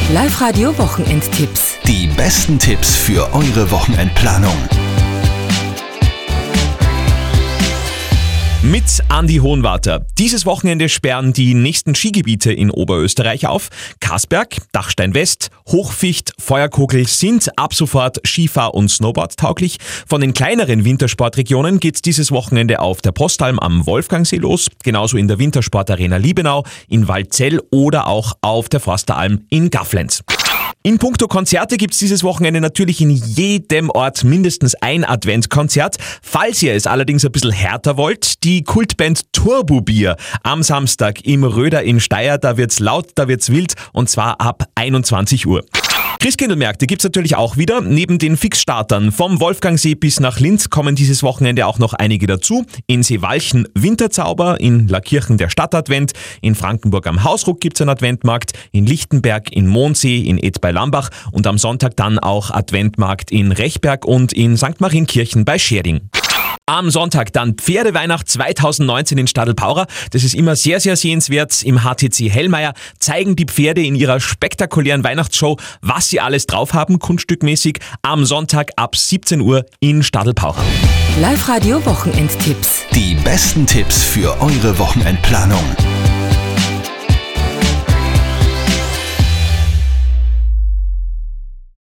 Live-Radio Wochenendtipps. Die besten Tipps für eure Wochenendplanung. Mit Andi Hohenwarter. Dieses Wochenende sperren die nächsten Skigebiete in Oberösterreich auf. Kasberg, Dachstein West, Hochficht, Feuerkogel sind ab sofort Skifahr- und Snowboard-tauglich. Von den kleineren Wintersportregionen geht's dieses Wochenende auf der Postalm am Wolfgangsee los, genauso in der Wintersportarena Liebenau, in Waldzell oder auch auf der Forsteralm in Gafflenz. In puncto Konzerte gibt's dieses Wochenende natürlich in jedem Ort mindestens ein Adventkonzert. Falls ihr es allerdings ein bisschen härter wollt, die Kultband Turbo Bier am Samstag im Röder in Steyr. Da wird's laut, da wird's wild und zwar ab 21 Uhr. Christkindlmärkte gibt's natürlich auch wieder. Neben den Fixstartern vom Wolfgangsee bis nach Linz kommen dieses Wochenende auch noch einige dazu. In Seewalchen Winterzauber, in Laakirchen der Stadtadvent, in Frankenburg am Hausruck gibt's einen Adventmarkt, in Lichtenberg, in Mondsee, in Ed bei Lambach und am Sonntag dann auch Adventmarkt in Rechberg und in St. Marienkirchen bei Scherding. Am Sonntag dann Pferdeweihnacht 2019 in Stadelpaura. Das ist immer sehr, sehr sehenswert. Im HTC Hellmeier zeigen die Pferde in ihrer spektakulären Weihnachtsshow, was sie alles drauf haben, kunststückmäßig. Am Sonntag ab 17 Uhr in Stadelpaura. Live-Radio Wochenendtipps. Die besten Tipps für eure Wochenendplanung.